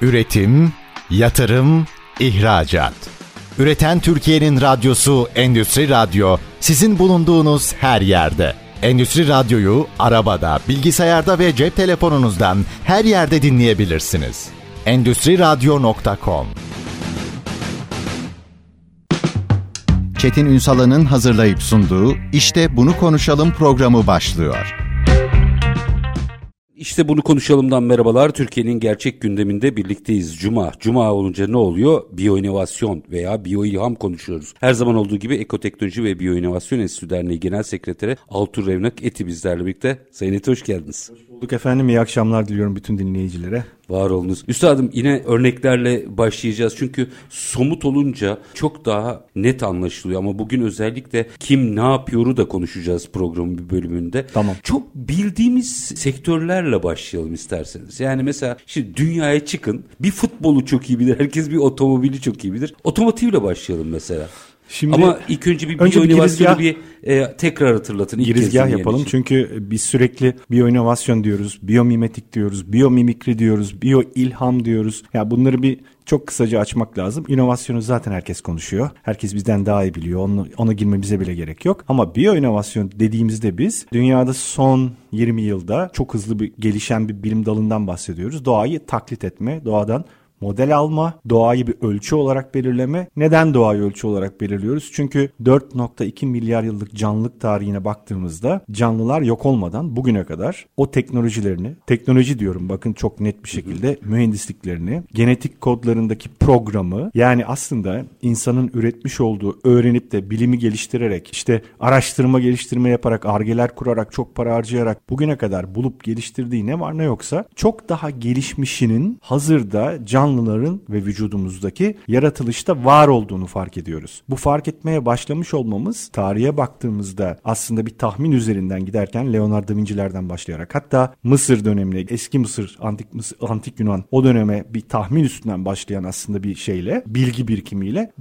Üretim, yatırım, ihracat. Üreten Türkiye'nin radyosu Endüstri Radyo, sizin bulunduğunuz her yerde. Endüstri Radyo'yu arabada, bilgisayarda ve cep telefonunuzdan her yerde dinleyebilirsiniz. Endüstriradyo.com. Çetin Ünsal'ın hazırlayıp sunduğu İşte Bunu Konuşalım programı başlıyor. İşte bunu konuşalımdan merhabalar. Türkiye'nin gerçek gündeminde birlikteyiz. Cuma olunca ne oluyor? Biyoinovasyon veya biyoilham konuşuyoruz. Her zaman olduğu gibi Ekoteknoloji ve Biyoinovasyon Enstitüsü Derneği Genel Sekreteri Altuğ Revnak Eti bizlerle birlikte. Sayın Eti hoş geldiniz. Hoş bulduk efendim. İyi akşamlar diliyorum bütün dinleyicilere. Var olunuz. Üstadım yine örneklerle başlayacağız. Çünkü somut olunca çok daha net anlaşılıyor. Ama bugün özellikle kim ne yapıyoru da konuşacağız programın bir bölümünde. Tamam. Çok bildiğimiz sektörlerle başlayalım isterseniz. Yani mesela şimdi dünyaya çıkın. Bir futbolu çok iyi bilir. Herkes bir otomobili çok iyi bilir. Otomotivle başlayalım mesela. Şimdi, ama ilk önce bir biyoinovasyonu tekrar hatırlatın. Girizgah yapalım çünkü biz sürekli biyoinovasyon diyoruz, biomimetik diyoruz, biyomimikri diyoruz, biyoilham diyoruz. Ya bunları bir çok kısaca açmak lazım. İnovasyonu zaten herkes konuşuyor. Herkes bizden daha iyi biliyor. Ona girmemize bile gerek yok. Ama biyoinovasyon dediğimizde biz dünyada son 20 yılda çok hızlı gelişen bir bilim dalından bahsediyoruz. Doğayı taklit etme, doğadan model alma, doğayı bir ölçü olarak belirleme. Neden doğayı ölçü olarak belirliyoruz? Çünkü 4.2 milyar yıllık canlılık tarihine baktığımızda canlılar yok olmadan bugüne kadar o teknolojilerini, teknoloji diyorum bakın çok net bir şekilde mühendisliklerini, genetik kodlarındaki programı, yani aslında insanın üretmiş olduğu, öğrenip de bilimi geliştirerek, işte araştırma geliştirme yaparak, argeler kurarak, çok para harcayarak bugüne kadar bulup geliştirdiği ne var ne yoksa çok daha gelişmişinin hazırda canlıların ve vücudumuzdaki yaratılışta var olduğunu fark ediyoruz. Bu fark etmeye başlamış olmamız tarihe baktığımızda aslında bir tahmin üzerinden giderken Leonardo da Vinci'lerden başlayarak hatta Mısır dönemine, eski Mısır, antik Yunan o döneme bir tahmin üstünden başlayan aslında bir şeyle, bilgi birikimiyle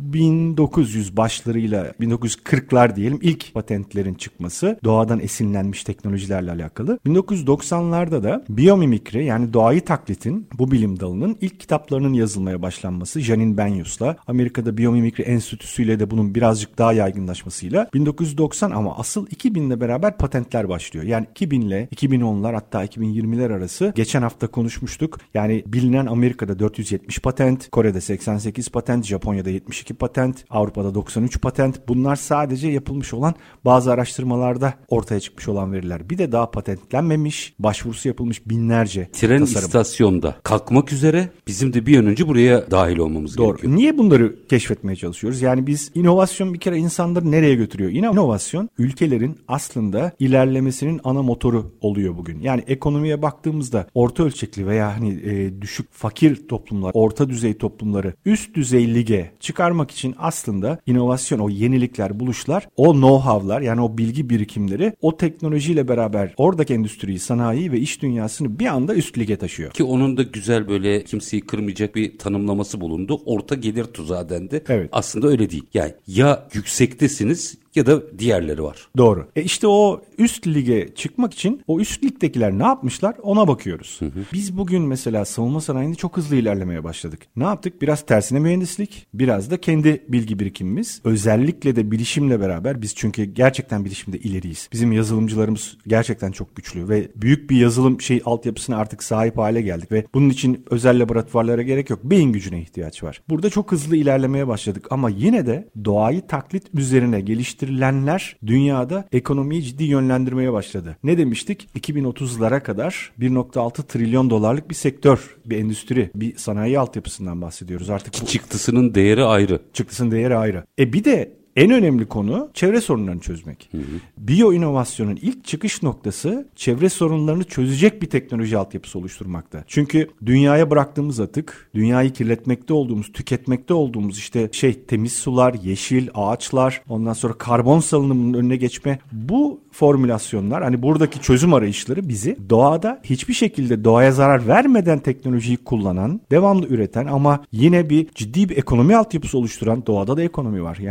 1900 başlarıyla 1940'lar diyelim ilk patentlerin çıkması, doğadan esinlenmiş teknolojilerle alakalı. 1990'larda da biyomimikri yani doğayı taklitin bu bilim dalının ilk kitaplarının yazılmaya başlanması, Janine Benyus'la, Amerika'da Biyomimikri Enstitüsü'yle de bunun birazcık daha yaygınlaşmasıyla 1990 ama asıl 2000'le beraber patentler başlıyor. Yani 2000 ile 2010'lar hatta 2020'ler arası geçen hafta konuşmuştuk. Yani bilinen Amerika'da 470 patent, Kore'de 88 patent, Japonya'da 72 patent, Avrupa'da 93 patent. Bunlar sadece yapılmış olan bazı araştırmalarda ortaya çıkmış olan veriler. Bir de daha patentlenmemiş, başvurusu yapılmış binlerce tren tasarım. İstasyonda kalkmak üzere, bizim de bir an önce buraya dahil olmamız gerekiyor. Niye bunları keşfetmeye çalışıyoruz? Yani biz inovasyon bir kere insanları nereye götürüyor? İnovasyon ülkelerin aslında ilerlemesinin ana motoru oluyor bugün. Yani ekonomiye baktığımızda orta ölçekli veya düşük fakir toplumlar, orta düzey toplumları üst düzey lige çıkarmak için aslında inovasyon, o yenilikler, buluşlar, o know-how'lar yani o bilgi birikimleri o teknolojiyle beraber oradaki endüstriyi, sanayiyi ve iş dünyasını bir anda üst lige taşıyor. Ki onun da güzel böyle kimseyi kırmayacak bir tanımlaması bulundu. Orta gelir tuzağı dendi. Evet. Aslında öyle değil. Yani ya yüksektesiniz ya da diğerleri var. Doğru. İşte o üst lige çıkmak için o üst ligdekiler ne yapmışlar ona bakıyoruz. Biz bugün mesela savunma sanayinde çok hızlı ilerlemeye başladık. Ne yaptık? Biraz tersine mühendislik, biraz da kendi bilgi birikimimiz. Özellikle de bilişimle beraber biz çünkü gerçekten bilişimde ileriyiz. Bizim yazılımcılarımız gerçekten çok güçlü ve büyük bir yazılım altyapısına artık sahip hale geldik ve bunun için özel laboratuvarlara gerek yok. Beyin gücüne ihtiyaç var. Burada çok hızlı ilerlemeye başladık ama yine de doğayı taklit üzerine geliştirilenler dünyada ekonomiyi ciddi yönlendirmeye başladı. Ne demiştik? 2030'lara kadar 1.6 trilyon dolarlık bir sektör, bir endüstri, bir sanayi altyapısından bahsediyoruz. Artık çıktısının değeri ayrı. Çıktısının değeri ayrı. Bir de en önemli konu çevre sorunlarını çözmek. Biyoinovasyonun ilk çıkış noktası çevre sorunlarını çözecek bir teknoloji altyapısı oluşturmakta. Çünkü dünyaya bıraktığımız atık, dünyayı kirletmekte olduğumuz, tüketmekte olduğumuz temiz sular, yeşil ağaçlar, ondan sonra karbon salınımının önüne geçme, bu formülasyonlar, hani buradaki çözüm arayışları bizi doğada hiçbir şekilde doğaya zarar vermeden teknolojiyi kullanan, devamlı üreten ama yine ciddi bir ekonomi altyapısı oluşturan, doğada da ekonomi var. Yani biyoloji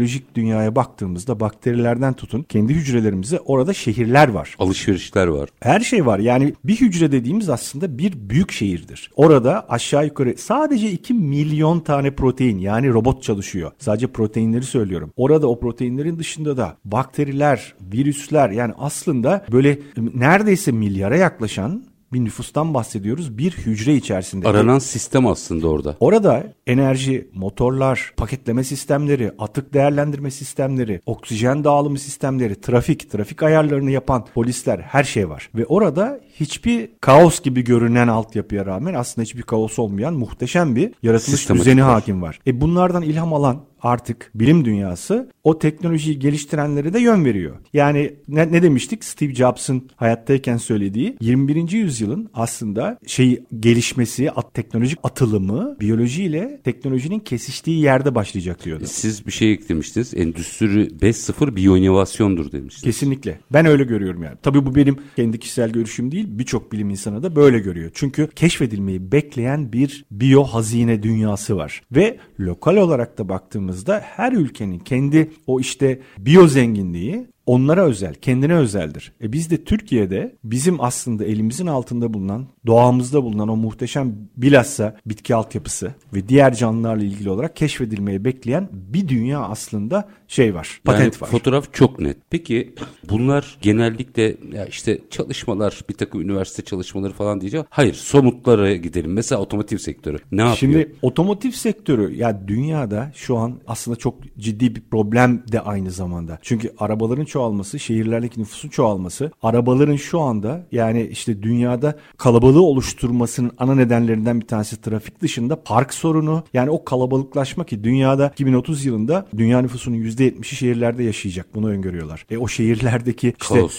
biyolojik dünyaya baktığımızda bakterilerden tutun kendi hücrelerimize orada şehirler var. Alışverişler var. Her şey var. Yani bir hücre dediğimiz aslında bir büyük şehirdir. Orada aşağı yukarı sadece 2 milyon tane protein, yani robot çalışıyor. Sadece proteinleri söylüyorum. Orada o proteinlerin dışında da bakteriler, virüsler, yani aslında böyle neredeyse milyara yaklaşan bir nüfustan bahsediyoruz bir hücre içerisinde. Aranan sistem aslında orada. Orada enerji, motorlar, paketleme sistemleri, atık değerlendirme sistemleri, oksijen dağılımı sistemleri, trafik ayarlarını yapan polisler, her şey var. Ve orada hiçbir kaos gibi görünen altyapıya rağmen aslında hiçbir kaos olmayan muhteşem bir yaratılış düzeni hakim var. Bunlardan ilham alan artık bilim dünyası o teknolojiyi geliştirenlere de yön veriyor. Yani ne demiştik? Steve Jobs'ın hayattayken söylediği 21. yüzyılın aslında gelişmesi, teknolojik atılımı biyolojiyle teknolojinin kesiştiği yerde başlayacak diyordu. Siz bir şey eklemiştiniz. Endüstri 5.0 biyoinovasyondur demiştiniz. Kesinlikle. Ben öyle görüyorum yani. Tabii bu benim kendi kişisel görüşüm değil. Birçok bilim insanı da böyle görüyor. Çünkü keşfedilmeyi bekleyen bir biyo hazine dünyası var. Ve lokal olarak da baktığımızda her ülkenin kendi o biyo zenginliği onlara özel, kendine özeldir. Biz de Türkiye'de bizim aslında elimizin altında bulunan, doğamızda bulunan o muhteşem bilhassa bitki altyapısı ve diğer canlılarla ilgili olarak keşfedilmeyi bekleyen bir dünya aslında var, patent var. Fotoğraf çok net. Peki bunlar genellikle çalışmalar, bir takım üniversite çalışmaları falan diyeceğim. Hayır, somutlara gidelim. Mesela otomotiv sektörü ne yapıyor? Şimdi otomotiv sektörü dünyada şu an aslında çok ciddi bir problem de aynı zamanda. Çünkü arabaların çoğalması, şehirlerdeki nüfusun çoğalması, arabaların şu anda dünyada kalabalığı oluşturmasının ana nedenlerinden bir tanesi trafik dışında park sorunu. Yani o kalabalıklaşma ki dünyada 2030 yılında dünya nüfusunun %70'i şehirlerde yaşayacak. Bunu öngörüyorlar. O şehirlerdeki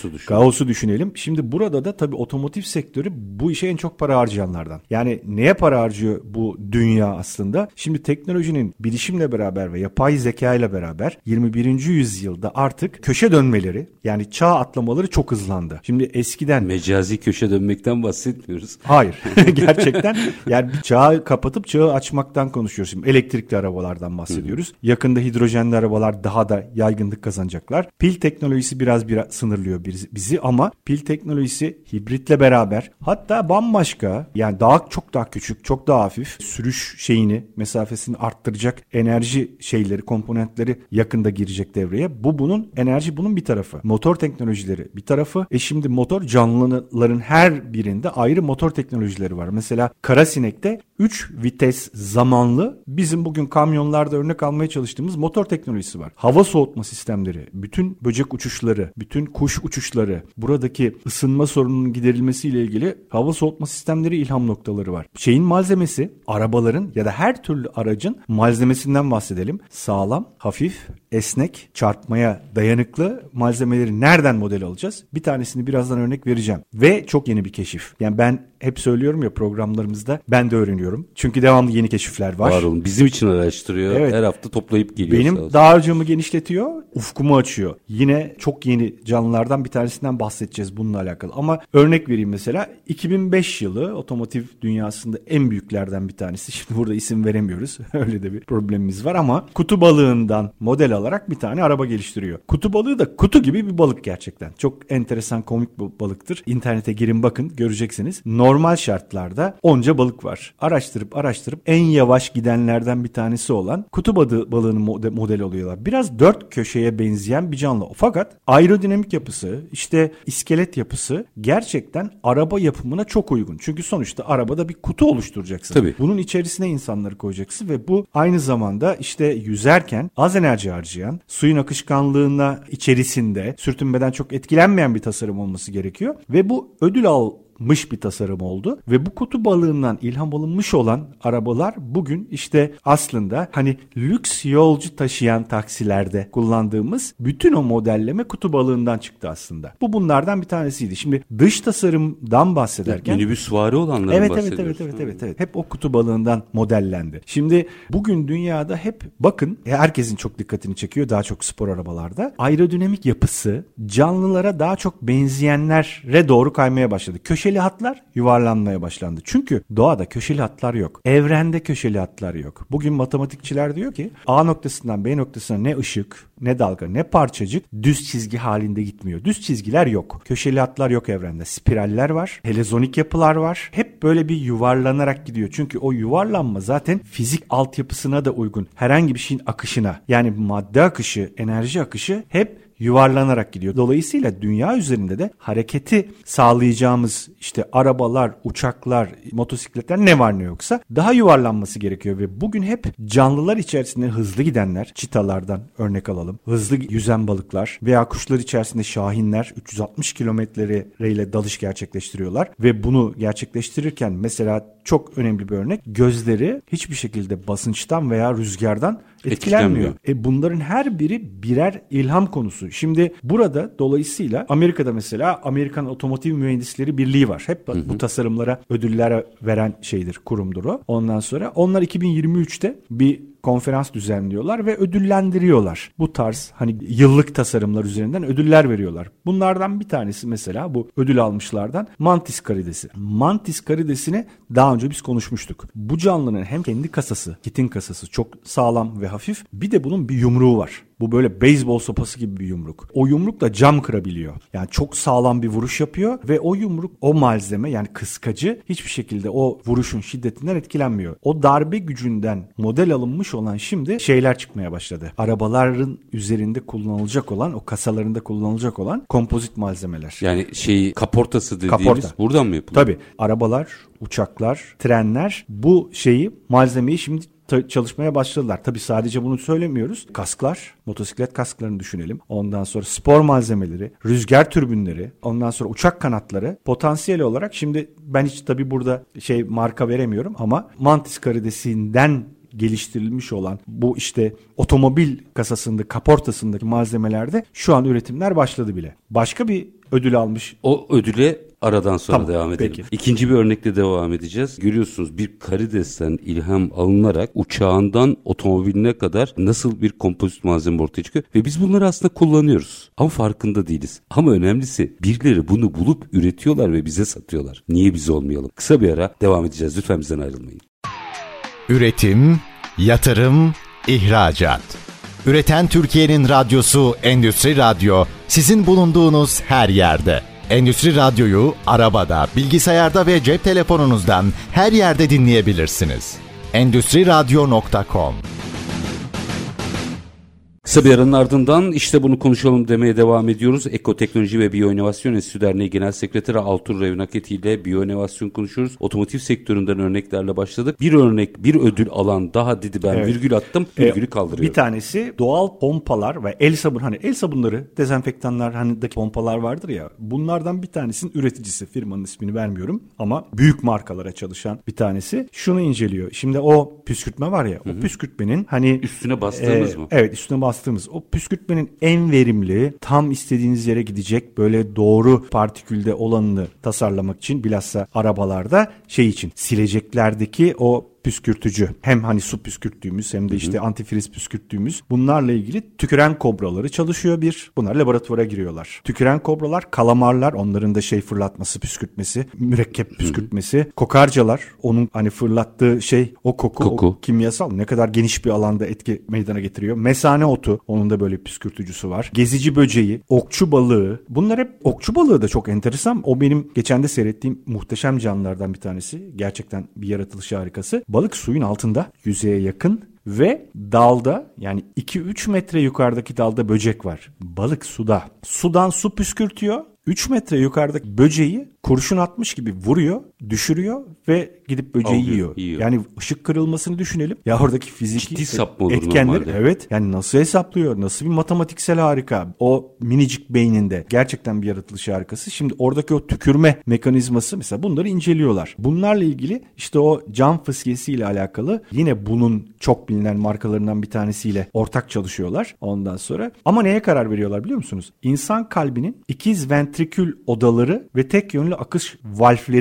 kaosu düşünelim. Şimdi burada da tabii otomotiv sektörü bu işe en çok para harcayanlardan. Yani neye para harcıyor bu dünya aslında? Şimdi teknolojinin bilişimle beraber ve yapay zeka ile beraber 21. yüzyılda artık köşe dönmeleri, yani çağ atlamaları çok hızlandı. Şimdi eskiden... Mecazi köşe dönmekten bahsetmiyoruz. Hayır. Gerçekten yani bir çağı kapatıp çağı açmaktan konuşuyoruz. Şimdi elektrikli arabalardan bahsediyoruz. Yakında hidrojenli arabalar daha da yaygınlık kazanacaklar. Pil teknolojisi biraz sınırlıyor bizi ama pil teknolojisi hibritle beraber, hatta bambaşka, yani çok daha küçük, çok daha hafif sürüş mesafesini arttıracak enerji komponentleri yakında girecek devreye. Bunun bir tarafı. Motor teknolojileri bir tarafı. Şimdi motor canlıların her birinde ayrı motor teknolojileri var. Mesela Karasinek'te 3 vites zamanlı, bizim bugün kamyonlarda örnek almaya çalıştığımız motor teknolojisi var. Hava soğutma sistemleri, bütün böcek uçuşları, bütün kuş uçuşları, buradaki ısınma sorununun giderilmesiyle ilgili hava soğutma sistemleri ilham noktaları var. Malzemesi, arabaların ya da her türlü aracın malzemesinden bahsedelim. Sağlam, hafif, esnek, çarpmaya dayanıklı malzemeleri nereden model alacağız? Bir tanesini birazdan örnek vereceğim. Ve çok yeni bir keşif. Yani ben hep söylüyorum ya programlarımızda, ben de öğreniyorum. Çünkü devamlı yeni keşifler var. Var olun. Bizim için araştırıyor. Evet. Her hafta toplayıp geliyor. Benim dağarcığımı genişletiyor, ufkumu açıyor. Yine çok yeni canlılardan bir tanesinden bahsedeceğiz bununla alakalı. Ama örnek vereyim mesela. 2005 yılı otomotiv dünyasında en büyüklerden bir tanesi. Şimdi burada isim veremiyoruz. Öyle de bir problemimiz var ama kutu balığından model alarak bir tane araba geliştiriyor. Kutu balığı da kutu gibi bir balık gerçekten. Çok enteresan, komik bir balıktır. İnternete girin bakın, göreceksiniz. Normal şartlarda onca balık var. Araştırıp en yavaş gidenlerden bir tanesi olan kutu balığının model oluyorlar. Biraz dört köşeye benzeyen bir canlı. Fakat aerodinamik yapısı, iskelet yapısı gerçekten araba yapımına çok uygun. Çünkü sonuçta arabada bir kutu oluşturacaksın. Tabii. Bunun içerisine insanları koyacaksın ve bu aynı zamanda yüzerken az enerji harcayan, suyun akışkanlığına içerisinde sürtünmeden çok etkilenmeyen bir tasarım olması gerekiyor. Ve bu ödül almış bir tasarım oldu ve bu kutu balığından ilham alınmış olan arabalar bugün aslında lüks yolcu taşıyan taksilerde kullandığımız bütün o modelleme kutu balığından çıktı aslında. Bu bunlardan bir tanesiydi. Şimdi dış tasarımdan bahsederken minibüsvari olanların bahsediyoruz. Evet. Hep o kutu balığından modellendi. Şimdi bugün dünyada hep bakın, herkesin çok dikkatini çekiyor, daha çok spor arabalarda. Aerodinamik yapısı canlılara daha çok benzeyenlere doğru kaymaya başladı. Köşe köşeli hatlar yuvarlanmaya başlandı. Çünkü doğada köşeli hatlar yok. Evrende köşeli hatlar yok. Bugün matematikçiler diyor ki A noktasından B noktasına ne ışık, ne dalga, ne parçacık düz çizgi halinde gitmiyor. Düz çizgiler yok. Köşeli hatlar yok evrende. Spiraller var. Helezonik yapılar var. Hep böyle bir yuvarlanarak gidiyor. Çünkü o yuvarlanma zaten fizik altyapısına da uygun. Herhangi bir şeyin akışına, yani madde akışı, enerji akışı hep yuvarlanarak gidiyor. Dolayısıyla dünya üzerinde de hareketi sağlayacağımız işte arabalar, uçaklar, motosikletler ne var ne yoksa daha yuvarlanması gerekiyor ve bugün hep canlılar içerisinde hızlı gidenler, çitalardan örnek alalım, hızlı yüzen balıklar veya kuşlar içerisinde şahinler 360 kilometreyle dalış gerçekleştiriyorlar ve bunu gerçekleştirirken mesela çok önemli bir örnek, gözleri hiçbir şekilde basınçtan veya rüzgardan etkilenmiyor. Bunların her biri birer ilham konusu. Şimdi burada dolayısıyla Amerika'da mesela Amerikan Otomotiv Mühendisleri Birliği var. Hep bu tasarımlara ödüller veren şeydir, kurumdur o. Ondan sonra onlar 2023'te bir konferans düzenliyorlar ve ödüllendiriyorlar. Bu tarz hani yıllık tasarımlar üzerinden ödüller veriyorlar. Bunlardan bir tanesi mesela bu ödül almışlardan mantis karidesi. Mantis karidesini daha önce biz konuşmuştuk. Bu canlının hem kendi kasası, kitin kasası çok sağlam ve hafif, bir de bunun bir yumruğu var. Bu böyle beyzbol sopası gibi bir yumruk. O yumrukla cam kırabiliyor. Yani çok sağlam bir vuruş yapıyor ve o yumruk, o malzeme yani kıskacı hiçbir şekilde o vuruşun şiddetinden etkilenmiyor. O darbe gücünden model alınmış olan şimdi şeyler çıkmaya başladı. Arabaların üzerinde kullanılacak olan, o kasalarında kullanılacak olan kompozit malzemeler. Yani kaportası dediğimiz buradan mı yapılıyor? Tabii. Arabalar, uçaklar, trenler bu malzemeyi şimdi çalışmaya başladılar. Tabii sadece bunu söylemiyoruz. Kasklar, motosiklet kasklarını düşünelim. Ondan sonra spor malzemeleri, rüzgar türbinleri, ondan sonra uçak kanatları potansiyel olarak şimdi ben hiç tabii burada marka veremiyorum ama mantis karidesinden geliştirilmiş olan bu işte otomobil kasasında, kaportasındaki malzemelerde şu an üretimler başladı bile. Başka bir ödül almış. O ödüle aradan sonra devam edelim. Peki. İkinci bir örnekle devam edeceğiz. Görüyorsunuz bir karidesten ilham alınarak uçağından otomobiline kadar nasıl bir kompozit malzeme ortaya çıkıyor ve biz bunları aslında kullanıyoruz ama farkında değiliz. Ama önemlisi birileri bunu bulup üretiyorlar ve bize satıyorlar. Niye biz olmayalım? Kısa bir ara devam edeceğiz. Lütfen bizden ayrılmayın. Üretim, yatırım, ihracat. Üreten Türkiye'nin radyosu Endüstri Radyo sizin bulunduğunuz her yerde. Endüstri Radyo'yu arabada, bilgisayarda ve cep telefonunuzdan her yerde dinleyebilirsiniz. Endüstriradyo.com. Kısa bir aranın ardından işte bunu konuşalım demeye devam ediyoruz. Ekoteknoloji ve Biyoinovasyon Enstitüsü Derneği Genel Sekreteri Altur Revnaketi ile biyoinovasyon konuşuyoruz. Otomotiv sektöründen örneklerle başladık. Bir ödül alan daha dedi ben virgül attım, virgülü kaldırıyorum. Bir tanesi doğal pompalar ve el sabunları, dezenfektanlar daki pompalar vardır ya. Bunlardan bir tanesinin üreticisi, firmanın ismini vermiyorum ama büyük markalara çalışan bir tanesi şunu inceliyor. Şimdi o püskürtme var ya, o püskürtmenin üstüne bastığımız mı? Evet, üstüne bastığımız. O püskürtmenin en verimli, tam istediğiniz yere gidecek böyle doğru partikülde olanını tasarlamak için bilhassa arabalarda için sileceklerdeki o püskürtücü, hem su püskürttüğümüz hem de işte antifriz püskürttüğümüz bunlarla ilgili tüküren kobraları çalışıyor bunlar laboratuvara giriyorlar. Tüküren kobralar, kalamarlar, onların da fırlatması, püskürtmesi, mürekkep püskürtmesi, kokarcalar, onun fırlattığı o koku. O kimyasal ne kadar geniş bir alanda etki meydana getiriyor. Mesane otu, onun da böyle püskürtücüsü var. Gezici böceği, okçu balığı. Bunlar hep, okçu balığı da çok enteresan. O benim geçen de seyrettiğim muhteşem canlılardan bir tanesi. Gerçekten bir yaratılış harikası. Balık suyun altında, yüzeye yakın ve dalda, yani 2-3 metre yukarıdaki dalda böcek var. Balık suda. Sudan su püskürtüyor. 3 metre yukarıdaki böceği kurşun atmış gibi vuruyor, düşürüyor ve gidip böceği yiyor. Yani ışık kırılmasını düşünelim. Ya oradaki fiziki etkenler. Evet. Yani nasıl hesaplıyor? Nasıl bir matematiksel harika? O minicik beyninde. Gerçekten bir yaratılış harikası. Şimdi oradaki o tükürme mekanizması, mesela bunları inceliyorlar. Bunlarla ilgili işte o cam fıskiyesiyle alakalı yine bunun çok bilinen markalarından bir tanesiyle ortak çalışıyorlar ondan sonra. Ama neye karar veriyorlar biliyor musunuz? İnsan kalbinin ikiz ventrikül odaları ve tek yönlü akış valfleri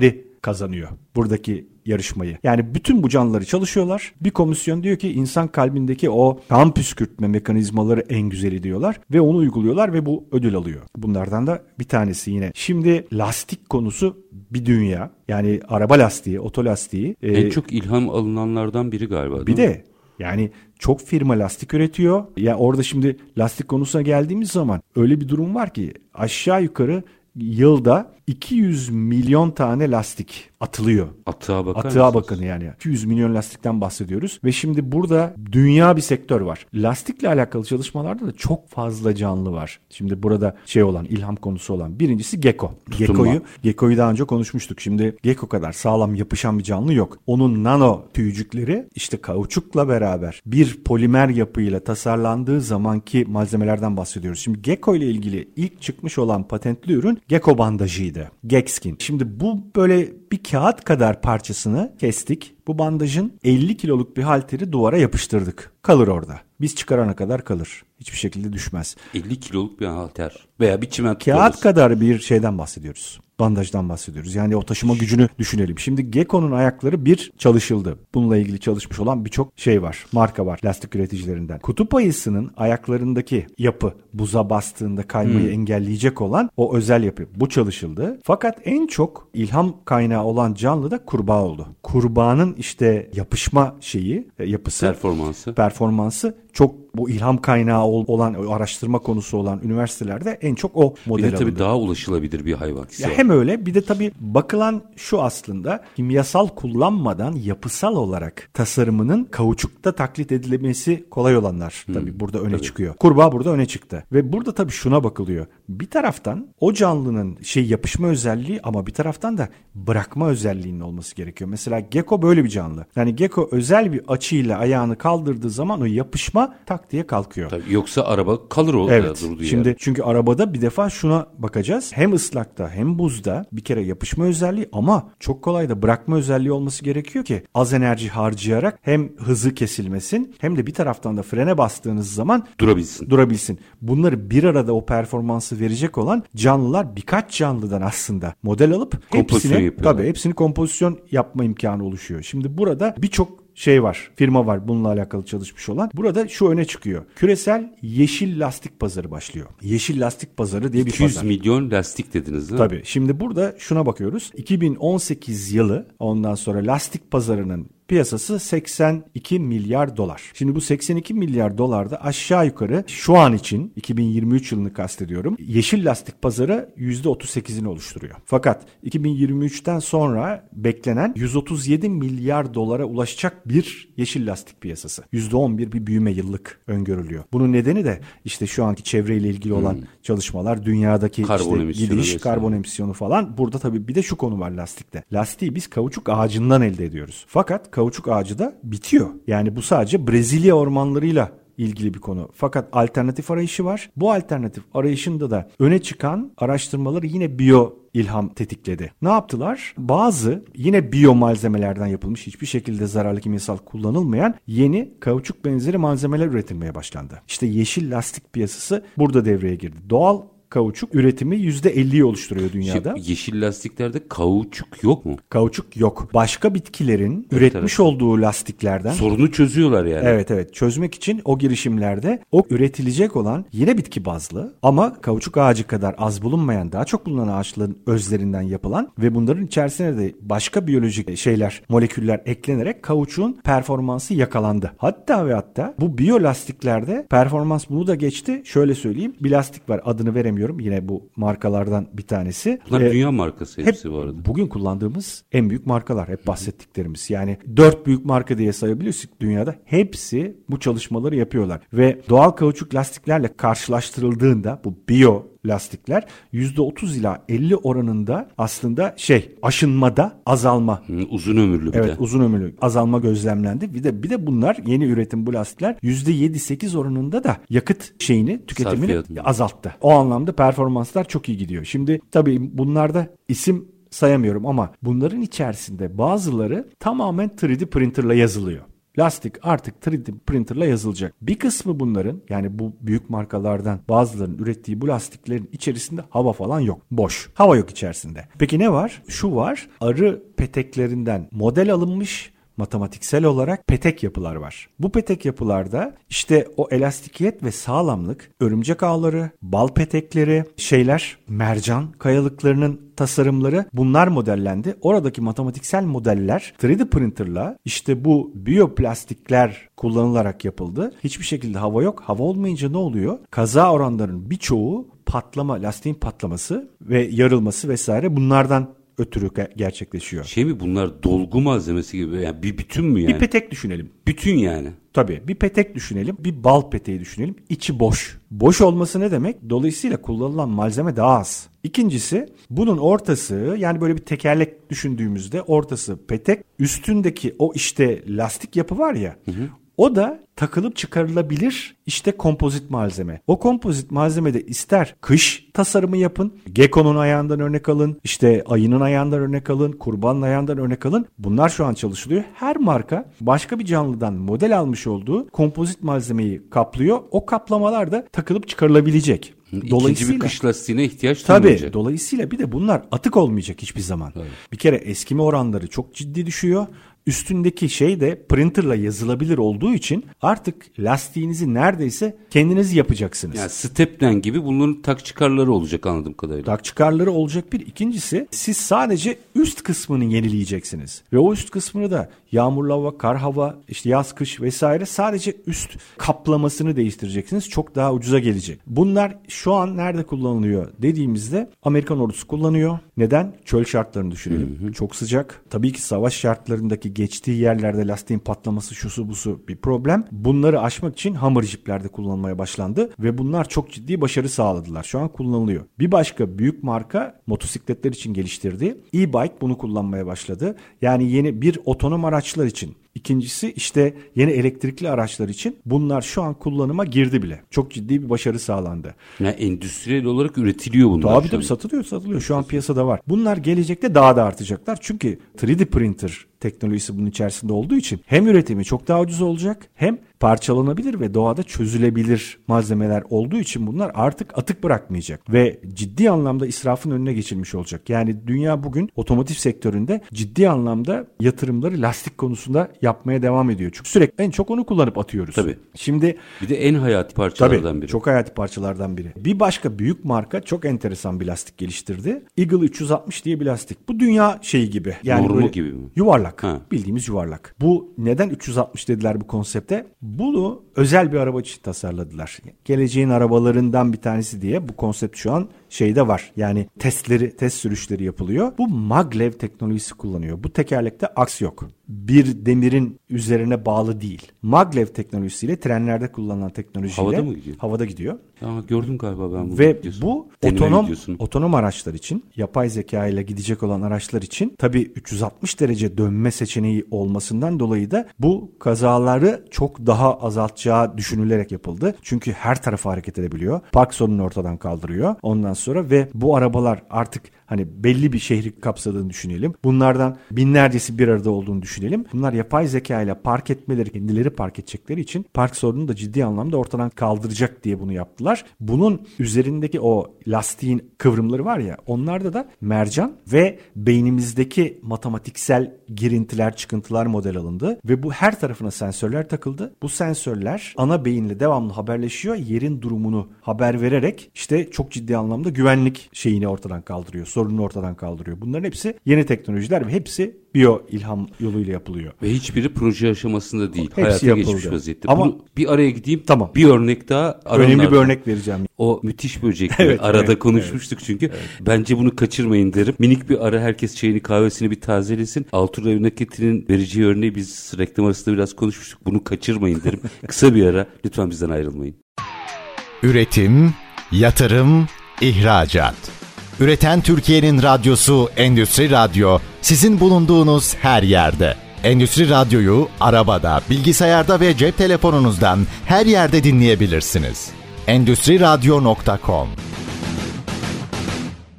kazanıyor buradaki yarışmayı. Yani bütün bu canlıları çalışıyorlar. Bir komisyon diyor ki insan kalbindeki o kan püskürtme mekanizmaları en güzeli diyorlar ve onu uyguluyorlar ve bu ödül alıyor. Bunlardan da bir tanesi yine. Şimdi lastik konusu bir dünya. Yani araba lastiği, otolastiği. En çok ilham alınanlardan biri galiba. Bir de yani çok firma lastik üretiyor. Ya orada şimdi lastik konusuna geldiğimiz zaman öyle bir durum var ki aşağı yukarı yılda 200 milyon tane lastik atılıyor. Atığa bakın yani. 200 milyon lastikten bahsediyoruz. Ve şimdi burada dünya bir sektör var. Lastikle alakalı çalışmalarda da çok fazla canlı var. Şimdi burada ilham konusu olan. Birincisi gecko. Gecko'yu daha önce konuşmuştuk. Şimdi gecko kadar sağlam yapışan bir canlı yok. Onun nano tüycükleri işte kauçukla beraber bir polimer yapıyla tasarlandığı zamanki malzemelerden bahsediyoruz. Şimdi gecko ile ilgili ilk çıkmış olan patentli ürün gecko bandajıydı. Gekskin. Şimdi bu böyle bir kağıt kadar parçasını kestik. Bu bandajın 50 kiloluk bir halteri duvara yapıştırdık. Kalır orada. Biz çıkarana kadar kalır. Hiçbir şekilde düşmez. 50 kiloluk bir halter veya bir çimento kağıt kadar bir şeyden bahsediyoruz. Bandajdan bahsediyoruz. Yani o taşıma gücünü düşünelim. Şimdi Gecko'nun ayakları çalışıldı. Bununla ilgili çalışmış olan birçok şey var. Marka var lastik üreticilerinden. Kutup ayısının ayaklarındaki yapı buza bastığında kaymayı engelleyecek olan o özel yapı. Bu çalışıldı. Fakat en çok ilham kaynağı olan canlı da kurbağa oldu. Kurbağanın işte yapışma yapısı, performansı çok bu ilham kaynağı olan, araştırma konusu olan üniversitelerde en çok o model alındı. Bir de tabii daha ulaşılabilir bir hayvan. Hem öyle bir de tabii bakılan şu aslında kimyasal kullanmadan yapısal olarak tasarımının kauçukta taklit edilemesi kolay olanlar tabii burada öne çıkıyor. Kurbağa burada öne çıktı ve burada tabii şuna bakılıyor. Bir taraftan o canlının yapışma özelliği ama bir taraftan da bırakma özelliğinin olması gerekiyor. Mesela gecko böyle bir canlı. Yani gecko özel bir açıyla ayağını kaldırdığı zaman o yapışma tak diye kalkıyor. Tabii, yoksa araba kalır orada. Evet. Şimdi çünkü arabada bir defa şuna bakacağız. Hem ıslakta hem buzda bir kere yapışma özelliği ama çok kolay da bırakma özelliği olması gerekiyor ki az enerji harcayarak hem hızı kesilmesin hem de bir taraftan da frene bastığınız zaman durabilsin. Bunları bir arada o performansı verecek olan canlılar birkaç canlıdan aslında model alıp hepsini kompozisyon yapma imkanı oluşuyor. Şimdi burada birçok var. Firma var bununla alakalı çalışmış olan. Burada şu öne çıkıyor. Küresel yeşil lastik pazarı başlıyor. Yeşil lastik pazarı diye bir pazar. 200 milyon lastik dediniz değil mi? Tabii. Şimdi burada şuna bakıyoruz. 2018 yılı ondan sonra lastik pazarının piyasası 82 milyar dolar. Şimdi bu 82 milyar dolarda aşağı yukarı şu an için 2023 yılını kastediyorum. Yeşil lastik pazarı %38'ini oluşturuyor. Fakat 2023'ten sonra beklenen 137 milyar dolara ulaşacak bir yeşil lastik piyasası. %11 bir büyüme yıllık öngörülüyor. Bunun nedeni de işte şu anki çevreyle ilgili olan çalışmalar, dünyadaki karbon emisyonu falan. Burada tabii bir de şu konu var lastikte. Lastiği biz kauçuk ağacından elde ediyoruz. Fakat kauçuk ağacı da bitiyor. Yani bu sadece Brezilya ormanlarıyla ilgili bir konu. Fakat alternatif arayışı var. Bu alternatif arayışında da öne çıkan araştırmaları yine ilham tetikledi. Ne yaptılar? Bazı yine biyo malzemelerden yapılmış, hiçbir şekilde zararlı kimyasal kullanılmayan yeni kauçuk benzeri malzemeler üretilmeye başlandı. İşte yeşil lastik piyasası burada devreye girdi. Doğal kauçuk üretimi %50'yi oluşturuyor dünyada. Yeşil lastiklerde kauçuk yok mu? Kauçuk yok. Başka bitkilerin üretmiş olduğu lastiklerden. Sorunu çözüyorlar yani. Evet. Çözmek için o girişimlerde o üretilecek olan yine bitki bazlı ama kauçuk ağacı kadar az bulunmayan, daha çok bulunan ağaçların özlerinden yapılan ve bunların içerisine de başka biyolojik moleküller eklenerek kauçuğun performansı yakalandı. Hatta bu biyolastiklerde performans bunu da geçti. Şöyle söyleyeyim. Bir lastik var, adını veremiyorum. Yine bu markalardan bir tanesi. Bunlar dünya markası hepsi bu arada. Bugün kullandığımız en büyük markalar. Hep bahsettiklerimiz. Yani 4 büyük marka diye sayabiliyoruz dünyada. Hepsi bu çalışmaları yapıyorlar. Ve doğal kauçuk lastiklerle karşılaştırıldığında bu biyo lastikler %30 ila 50 oranında aslında aşınmada azalma. Uzun ömürlü bir de. Evet, uzun ömürlü azalma gözlemlendi. Bir de bunlar yeni üretim bu lastikler %7-8 oranında da yakıt tüketimini azalttı. O anlamda performanslar çok iyi gidiyor. Şimdi tabii bunlarda isim sayamıyorum ama bunların içerisinde bazıları tamamen 3D printerla yazılıyor. lastik artık 3D printerla yazılacak. Bir kısmı bunların, yani bu büyük markalardan bazılarının ürettiği bu lastiklerin içerisinde hava falan yok. Boş. Hava yok içerisinde. Peki ne var? Şu var. Arı peteklerinden model alınmış matematiksel olarak petek yapılar var. Bu petek yapılarda işte o elastikiyet ve sağlamlık, örümcek ağları, bal petekleri, mercan kayalıklarının tasarımları, bunlar modellendi. Oradaki matematiksel modeller 3D printerla işte bu biyoplastikler kullanılarak yapıldı. Hiçbir şekilde hava yok. Hava olmayınca ne oluyor? Kaza oranlarının birçoğu patlama, lastiğin patlaması ve yarılması vesaire bunlardan ötürü gerçekleşiyor. Bunlar dolgu malzemesi gibi, yani bir bütün mü yani? Bir petek düşünelim. Bütün yani. Tabii bir petek düşünelim, bir bal peteği düşünelim. İçi boş. Boş olması ne demek? Dolayısıyla kullanılan malzeme daha az. İkincisi, bunun ortası, yani böyle bir tekerlek düşündüğümüzde ortası petek, üstündeki o işte lastik yapı var ya. O da takılıp çıkarılabilir işte kompozit malzeme. O kompozit malzemede ister kış tasarımı yapın, Gekko'nun ayağından örnek alın, işte ayının ayağından örnek alın, kurbanın ayağından örnek alın. Bunlar şu an çalışılıyor. Her marka başka bir canlıdan model almış olduğu kompozit malzemeyi kaplıyor. O kaplamalar da takılıp çıkarılabilecek. İkinci bir kış lastiğine ihtiyaç duymayacak. Tabii. Dolayısıyla bir de bunlar atık olmayacak hiçbir zaman. Evet. Bir kere eskime oranları çok ciddi düşüyor. Üstündeki şey de printerla yazılabilir olduğu için artık lastiğinizi neredeyse kendiniz yapacaksınız. Yani stepnen gibi bunların tak çıkarları olacak anladığım kadarıyla. Tak çıkarları olacak bir. İkincisi, siz sadece üst kısmını yenileyeceksiniz. Ve o üst kısmını da yağmurlu hava, kar hava, işte yaz, kış vesaire sadece üst kaplamasını değiştireceksiniz. Çok daha ucuza gelecek. Bunlar şu an nerede kullanılıyor dediğimizde Amerikan ordusu kullanıyor. Neden? Çöl şartlarını düşünelim. Çok sıcak. Tabii ki savaş şartlarındaki geçtiği yerlerde lastiğin patlaması, şusu busu bir problem. Bunları aşmak için hammer jiplerde kullanılmaya başlandı ve bunlar çok ciddi başarı sağladılar. Şu an kullanılıyor. Bir başka büyük marka motosikletler için geliştirdi. E-bike bunu kullanmaya başladı. Yani yeni bir otonom araçlar için. İkincisi işte yeni elektrikli araçlar için bunlar şu an kullanıma girdi bile. Çok ciddi bir başarı sağlandı. Yani endüstriyel olarak üretiliyor bunlar. Tabii satılıyor. Şu an piyasada var. Bunlar gelecekte daha da artacaklar. Çünkü 3D printer teknolojisi bunun içerisinde olduğu için hem üretimi çok daha ucuz olacak, hem parçalanabilir ve doğada çözülebilir malzemeler olduğu için bunlar artık atık bırakmayacak ve ciddi anlamda israfın önüne geçilmiş olacak. Yani dünya bugün otomotiv sektöründe ciddi anlamda yatırımları lastik konusunda yapmaya devam ediyor. Çünkü sürekli en çok onu kullanıp atıyoruz. Tabii. Şimdi bir de en hayati parçalardan biri. Çok hayati parçalardan biri. Bir başka büyük marka çok enteresan bir lastik geliştirdi. Eagle 360 diye bir lastik. Bu dünya şeyi gibi. Yani normu gibi mi? Yuvarlak. Bildiğimiz yuvarlak. Bu neden 360 dediler bu konsepte? Bunu özel bir araba için tasarladılar. Geleceğin arabalarından bir tanesi diye bu konsept şu an şeyde var. Yani test sürüşleri yapılıyor. Bu maglev teknolojisi kullanıyor. Bu tekerlekte aks yok. Bir demirin üzerine bağlı değil. Maglev teknolojisiyle trenlerde kullanılan teknolojiyle havada mı gidiyor? Havada gidiyor. Ama gördüm galiba ben bunu. Ve bu otonom araçlar için, yapay zeka ile gidecek olan araçlar için tabii 360 derece dönme seçeneği olmasından dolayı da bu kazaları çok daha azaltacağı düşünülerek yapıldı. Çünkü her tarafa hareket edebiliyor. Park sorununu ortadan kaldırıyor. Ondan sonra ve bu arabalar artık hani belli bir şehri kapsadığını düşünelim. Bunlardan binlercesi bir arada olduğunu düşünelim. Bunlar yapay zeka ile park etmeleri, kendileri park edecekleri için park sorununu da ciddi anlamda ortadan kaldıracak diye bunu yaptılar. Bunun üzerindeki o lastiğin kıvrımları var ya, onlarda da mercan ve beynimizdeki matematiksel girintiler, çıkıntılar model alındı ve bu her tarafına sensörler takıldı. Bu sensörler ana beyinle devamlı haberleşiyor. Yerin durumunu haber vererek işte çok ciddi anlamda güvenlik şeyini ortadan kaldırıyor. Sorununu ortadan kaldırıyor. Bunların hepsi yeni teknolojiler ve hepsi biyo ilham yoluyla yapılıyor. Ve hiçbiri proje aşamasında değil. Hepsi hayata yapıldı. geçmiş vaziyette. Ama bunu bir araya gideyim. Tamam. Bir örnek daha. Önemli bir örnek vereceğim. O müthiş böcekleri arada konuşmuştuk çünkü. Evet. Bence bunu kaçırmayın derim. Minik bir ara, herkes çayını kahvesini bir tazelesin. Altura Ünaketi'nin vereceği örneği biz reklam arasında biraz konuşmuştuk. Bunu kaçırmayın derim. Kısa bir ara. Lütfen bizden ayrılmayın. Üretim, yatırım, ihracat. Üreten Türkiye'nin radyosu Endüstri Radyo, sizin bulunduğunuz her yerde. Endüstri Radyo'yu arabada, bilgisayarda ve cep telefonunuzdan her yerde dinleyebilirsiniz. Endüstriradyo.com.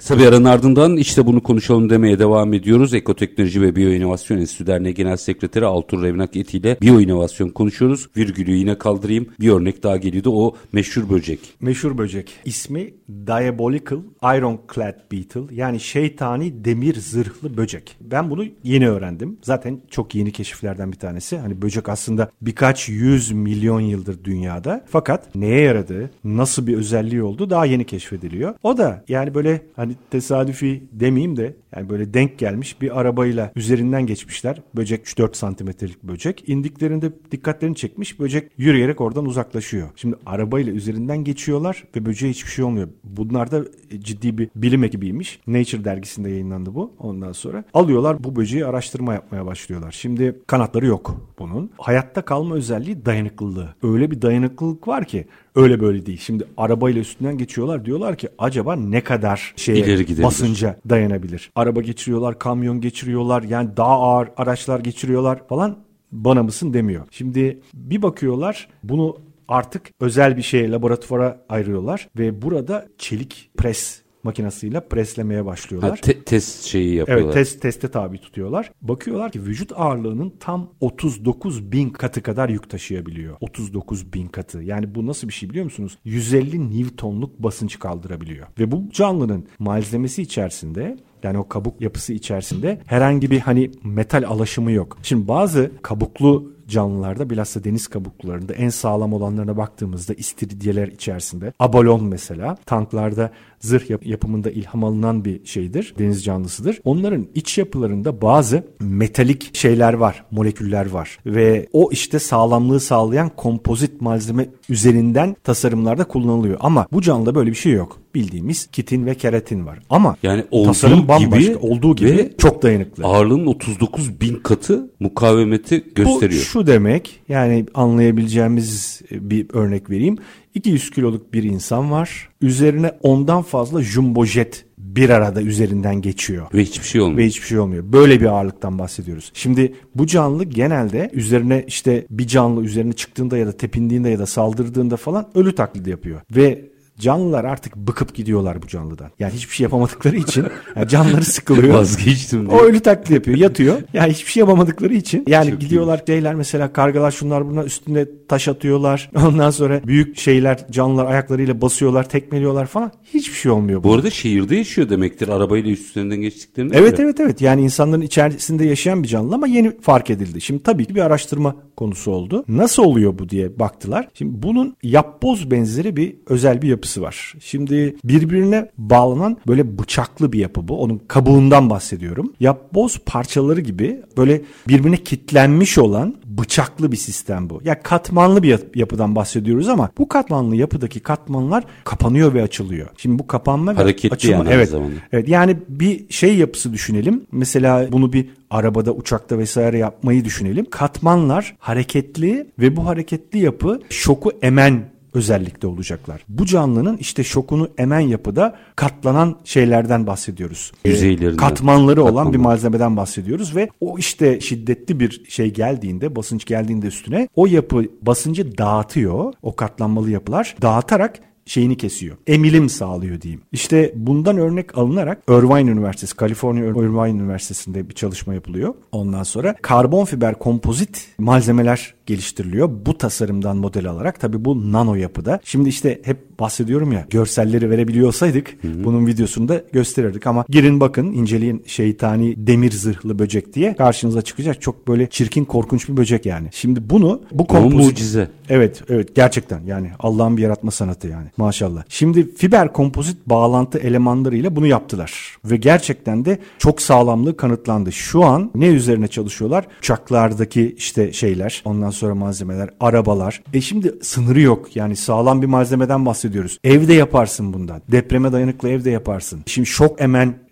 Kısa bir aranın ardından işte bunu konuşalım demeye devam ediyoruz. Ekoteknoloji ve Biyoinovasyon Enstitüsü Derneği Genel Sekreteri Altuğ Revnak Eti ile biyoinovasyon konuşuyoruz. Virgülü yine kaldırayım. Bir örnek daha geliyordu, o meşhur böcek. Meşhur böcek. İsmi Diabolical Ironclad Beetle, yani şeytani demir zırhlı böcek. Ben bunu yeni öğrendim. Zaten çok yeni keşiflerden bir tanesi. Hani böcek aslında birkaç 100 milyon yıldır dünyada. Fakat neye yaradığı, nasıl bir özelliği olduğu daha yeni keşfediliyor. O da yani böyle hani tesadüfi demeyeyim de yani böyle denk gelmiş bir arabayla üzerinden geçmişler. Böcek 3-4 santimetrelik böcek. İndiklerinde dikkatlerini çekmiş. Böcek yürüyerek oradan uzaklaşıyor. Şimdi arabayla üzerinden geçiyorlar ve böceğe hiçbir şey olmuyor. Bunlar da ciddi bir bilim ekibiymiş. Nature dergisinde yayınlandı bu. Ondan sonra alıyorlar bu böceği, araştırma yapmaya başlıyorlar. Şimdi kanatları yok bunun. Hayatta kalma özelliği dayanıklılığı. Öyle bir dayanıklılık var ki öyle böyle değil. Şimdi arabayla üstünden geçiyorlar, diyorlar ki acaba ne kadar basınca dayanabilir? Araba geçiriyorlar, kamyon geçiriyorlar, yani daha ağır araçlar geçiriyorlar falan, bana mısın demiyor. Şimdi bir bakıyorlar, bunu artık özel bir şeye, laboratuvara ayırıyorlar ve burada çelik pres makinesiyle preslemeye başlıyorlar. Test şeyi yapıyorlar. Evet, teste tabi tutuyorlar. Bakıyorlar ki vücut ağırlığının tam 39.000 katı kadar yük taşıyabiliyor. 39.000 katı. Yani bu nasıl bir şey biliyor musunuz? 150 Newton'luk basınç kaldırabiliyor. Ve bu canlının malzemesi içerisinde, yani o kabuk yapısı içerisinde herhangi bir hani metal alaşımı yok. Şimdi bazı kabuklu canlılarda, bilhassa deniz kabuklularında en sağlam olanlarına baktığımızda istiridyeler içerisinde, abalon mesela tanklarda zırh yapımında ilham alınan bir şeydir, deniz canlısıdır. Onların iç yapılarında bazı metalik şeyler var, moleküller var ve o işte sağlamlığı sağlayan kompozit malzeme üzerinden tasarımlarda kullanılıyor. Ama bu canlıda böyle bir şey yok. Bildiğimiz kitin ve keratin var. Ama yani tasarım bambaşka, olduğu gibi çok dayanıklı. Ağırlığının 39.000 katı mukavemeti gösteriyor. Bu şu demek, yani anlayabileceğimiz bir örnek vereyim. 200 kiloluk bir insan var. Üzerine ondan fazla jumbo jet bir arada üzerinden geçiyor. Ve hiçbir şey olmuyor. Böyle bir ağırlıktan bahsediyoruz. Şimdi bu canlı genelde üzerine, işte bir canlı üzerine çıktığında ya da tepindiğinde ya da saldırdığında falan ölü taklidi yapıyor. Ve canlılar artık bıkıp gidiyorlar bu canlıdan. Yani hiçbir şey yapamadıkları için yani canlıları sıkılıyor. Vazgeçtim diye. O ölü taklidi yapıyor, yatıyor. Yani hiçbir şey yapamadıkları için. Yani çok gidiyorlar şeyler, mesela kargalar, şunlar bunlar, üstüne taş atıyorlar. Ondan sonra büyük şeyler, canlılar ayaklarıyla basıyorlar, tekmeliyorlar falan. Hiçbir şey olmuyor. Bu arada şehirde yaşıyor demektir arabayla üstlerinden geçtiklerinde. Evet. Yani insanların içerisinde yaşayan bir canlı ama yeni fark edildi. Şimdi tabii ki bir araştırma konusu oldu. Nasıl oluyor bu diye baktılar. Şimdi bunun yapboz benzeri bir özel bir yapısı var. Şimdi birbirine bağlanan böyle bıçaklı bir yapı bu. Onun kabuğundan bahsediyorum. Yapboz parçaları gibi böyle birbirine kitlenmiş olan bıçaklı bir sistem bu. Ya katmanlı bir yapıdan bahsediyoruz ama bu katmanlı yapıdaki katmanlar kapanıyor ve açılıyor. Şimdi bu kapanma ve hareketli açılma, yani evet. Zamanda. Evet, yani bir şey yapısı düşünelim. Mesela bunu bir arabada, uçakta vesaire yapmayı düşünelim. Katmanlar hareketli ve bu hareketli yapı şoku emen özellikle olacaklar. Bu canlının işte şokunu emen yapıda katlanan şeylerden bahsediyoruz. Yüzeylerinden. Katmanları olan bir malzemeden bahsediyoruz ve o işte şiddetli bir şey geldiğinde, basınç geldiğinde üstüne, o yapı basıncı dağıtıyor. O katlanmalı yapılar dağıtarak şeyini kesiyor. Emilim sağlıyor diyeyim. İşte bundan örnek alınarak Irvine Üniversitesi, Kaliforniya Irvine Üniversitesi'nde bir çalışma yapılıyor. Ondan sonra karbon fiber kompozit malzemeler geliştiriliyor. Bu tasarımdan model alarak, tabii bu nano yapıda. Şimdi işte hep bahsediyorum ya, görselleri verebiliyor olsaydık bunun videosunu da gösterirdik ama girin bakın, inceleyin, şeytani demir zırhlı böcek diye karşınıza çıkacak. Çok böyle çirkin, korkunç bir böcek yani. Şimdi bu kompozit... mucize. Evet gerçekten yani Allah'ın bir yaratma sanatı yani. Maşallah. Şimdi fiber kompozit bağlantı elemanlarıyla bunu yaptılar. Ve gerçekten de çok sağlamlığı kanıtlandı. Şu an ne üzerine çalışıyorlar? Uçaklardaki işte şeyler, ondan sonra malzemeler, arabalar. Şimdi sınırı yok. Yani sağlam bir malzemeden bahsediyoruz. Evde yaparsın bundan. Depreme dayanıklı evde yaparsın. Şimdi şok emen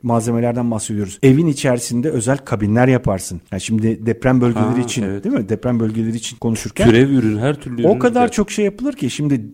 malzemelerden bahsediyoruz. Evin içerisinde özel kabinler yaparsın. Yani şimdi deprem bölgeleri için, evet. değil mi? Deprem bölgeleri için konuşurken türev ürün, her türlü ürün. o kadar çok şey yapılır ki şimdi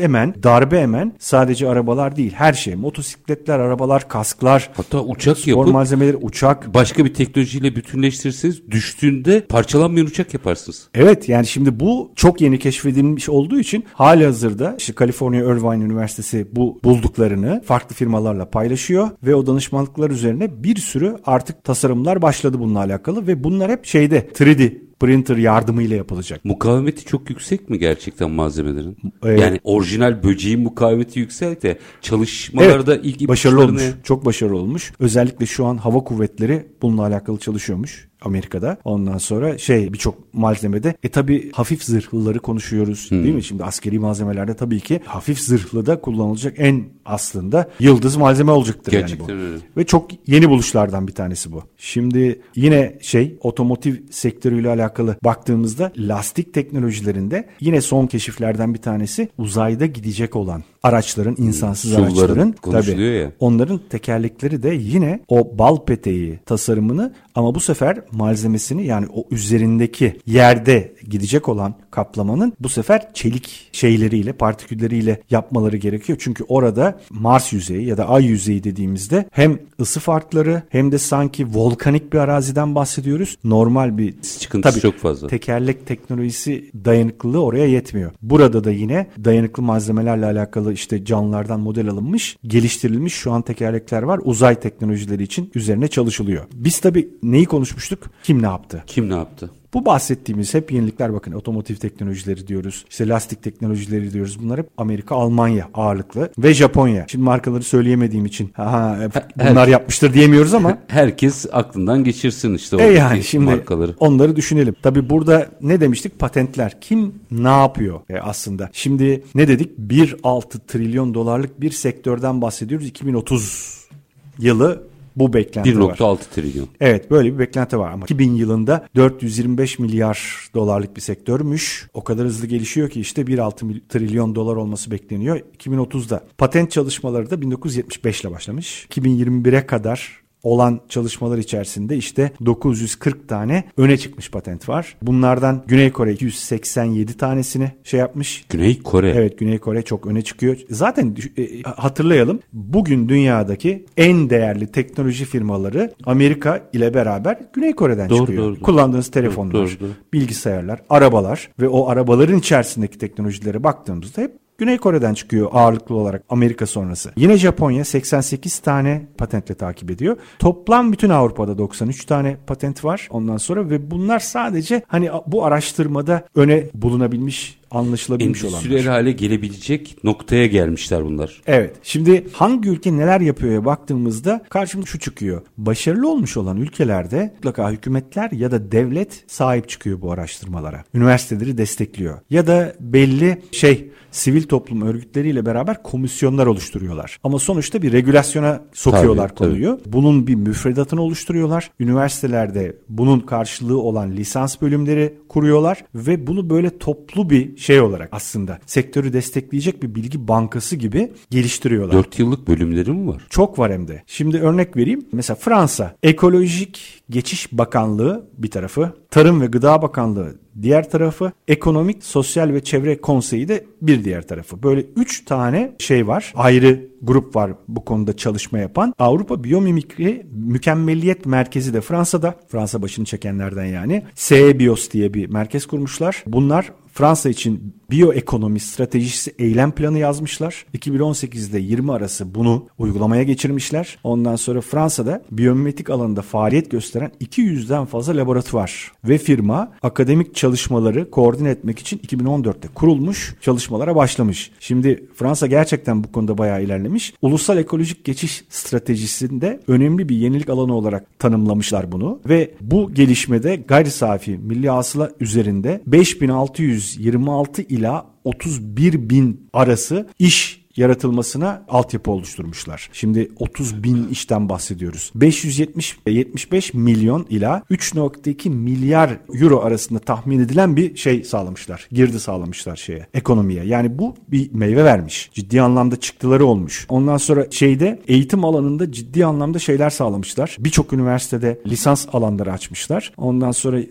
darbe hemen sadece arabalar değil, her şey. Motosikletler, arabalar, kasklar. Hatta uçak spor yapıp malzemeleri, uçak. Başka bir teknolojiyle bütünleştirirseniz düştüğünde parçalanmayan uçak yaparsınız. Evet, yani şimdi bu çok yeni keşfedilmiş olduğu için halihazırda işte California Irvine Üniversitesi bu bulduklarını farklı firmalarla paylaşıyor ve o danışmanlıklar üzerine bir sürü artık tasarımlar başladı bununla alakalı ve bunlar hep 3D printer yardımıyla yapılacak. Mukavemeti çok yüksek mi gerçekten malzemelerin? Yani orijinal böceğin mukavemeti yüksek de çalışmalarda ilk başarılı olmuş. Çok başarılı olmuş. Özellikle şu an hava kuvvetleri bununla alakalı çalışıyormuş Amerika'da. Ondan sonra birçok malzemede tabii hafif zırhlıları konuşuyoruz değil mi? Şimdi askeri malzemelerde tabii ki hafif zırhlı da kullanılacak en aslında yıldız malzeme olacaktır. Gerçekten yani bu. Öyle. Ve çok yeni buluşlardan bir tanesi bu. Şimdi yine otomotiv sektörüyle alakalı baktığımızda lastik teknolojilerinde yine son keşiflerden bir tanesi uzayda gidecek olan araçların, insansız araçların tabii ya. Onların tekerlekleri de yine o bal peteği tasarımını ama bu sefer malzemesini yani o üzerindeki yerde gidecek olan kaplamanın bu sefer çelik partikülleriyle yapmaları gerekiyor. Çünkü orada Mars yüzeyi ya da Ay yüzeyi dediğimizde hem ısı farkları hem de sanki volkanik bir araziden bahsediyoruz. Normal bir çıkıntısı çok fazla. Tekerlek teknolojisi dayanıklılığı oraya yetmiyor. Burada da yine dayanıklı malzemelerle alakalı canlılardan model alınmış, geliştirilmiş şu an tekerlekler var. Uzay teknolojileri için üzerine çalışılıyor. Biz tabii neyi konuşmuştuk? Kim ne yaptı? Kim ne yaptı? Bu bahsettiğimiz hep yenilikler, bakın otomotiv teknolojileri diyoruz, lastik teknolojileri diyoruz. Bunlar hep Amerika, Almanya ağırlıklı ve Japonya. Şimdi markaları söyleyemediğim için bunlar yapmıştır diyemiyoruz ama. Herkes aklından geçirsin o yani şimdi markaları. Onları düşünelim. Tabii burada ne demiştik? Patentler. Kim ne yapıyor aslında? Şimdi ne dedik? 1.6 trilyon dolarlık bir sektörden bahsediyoruz. 2030 yılı bu beklenti var. 1.6 trilyon. Evet, böyle bir beklenti var ama 2000 yılında 425 milyar dolarlık bir sektörmüş. O kadar hızlı gelişiyor ki 1.6 trilyon dolar olması bekleniyor 2030'da. Patent çalışmaları da 1975 ile başlamış. 2021'e kadar olan çalışmalar içerisinde 940 tane öne çıkmış patent var. Bunlardan Güney Kore 287 tanesini yapmış. Güney Kore. Evet, Güney Kore çok öne çıkıyor. Zaten hatırlayalım, bugün dünyadaki en değerli teknoloji firmaları Amerika ile beraber Güney Kore'den çıkıyor. Doğru. Kullandığınız telefonlar, bilgisayarlar, arabalar ve o arabaların içerisindeki teknolojilere baktığımızda hep Güney Kore'den çıkıyor ağırlıklı olarak Amerika sonrası. Yine Japonya 88 tane patentle takip ediyor. Toplam bütün Avrupa'da 93 tane patent var ondan sonra ve bunlar sadece bu araştırmada öne bulunabilmiş, anlaşılabilmiş olanlar. Endüstriyel hale gelebilecek noktaya gelmişler bunlar. Evet. Şimdi hangi ülke neler yapıyor'ya baktığımızda karşımıza şu çıkıyor. Başarılı olmuş olan ülkelerde mutlaka hükümetler ya da devlet sahip çıkıyor bu araştırmalara. Üniversiteleri destekliyor. Ya da belli sivil toplum örgütleriyle beraber komisyonlar oluşturuyorlar. Ama sonuçta bir regülasyona sokuyorlar konuyu. Tabii. Bunun bir müfredatını oluşturuyorlar. Üniversitelerde bunun karşılığı olan lisans bölümleri kuruyorlar ve bunu böyle toplu bir olarak aslında sektörü destekleyecek bir bilgi bankası gibi geliştiriyorlar. 4 yıllık bölümleri mi var? Çok var hem de. Şimdi örnek vereyim. Mesela Fransa Ekolojik Geçiş Bakanlığı bir tarafı, Tarım ve Gıda Bakanlığı diğer tarafı, Ekonomik, Sosyal ve Çevre Konseyi de bir diğer tarafı. Böyle 3 tane var. Ayrı grup var bu konuda çalışma yapan. Avrupa Biyomimikri Mükemmeliyet Merkezi de Fransa'da. Fransa başını çekenlerden yani. CEBIOS diye bir merkez kurmuşlar. Bunlar Fransa için biyoekonomi stratejisi eylem planı yazmışlar. 2018'de 20 arası bunu uygulamaya geçirmişler. Ondan sonra Fransa'da biyomimetik alanında faaliyet gösteren 200'den fazla laboratuvar ve firma akademik çalışmaları koordine etmek için 2014'te kurulmuş, çalışmalara başlamış. Şimdi Fransa gerçekten bu konuda bayağı ilerlemiş. Ulusal ekolojik geçiş stratejisinde önemli bir yenilik alanı olarak tanımlamışlar bunu ve bu gelişmede gayri safi milli hasıla üzerinde 5626 ila 31.000 arası iş yaratılmasına altyapı oluşturmuşlar. Şimdi 30 bin işten bahsediyoruz. 575 milyon ila 3.2 milyar euro arasında tahmin edilen bir şey sağlamışlar. Girdi sağlamışlar ekonomiye. Yani bu bir meyve vermiş. Ciddi anlamda çıktıları olmuş. Ondan sonra eğitim alanında ciddi anlamda şeyler sağlamışlar. Birçok üniversitede lisans alanları açmışlar. Ondan sonra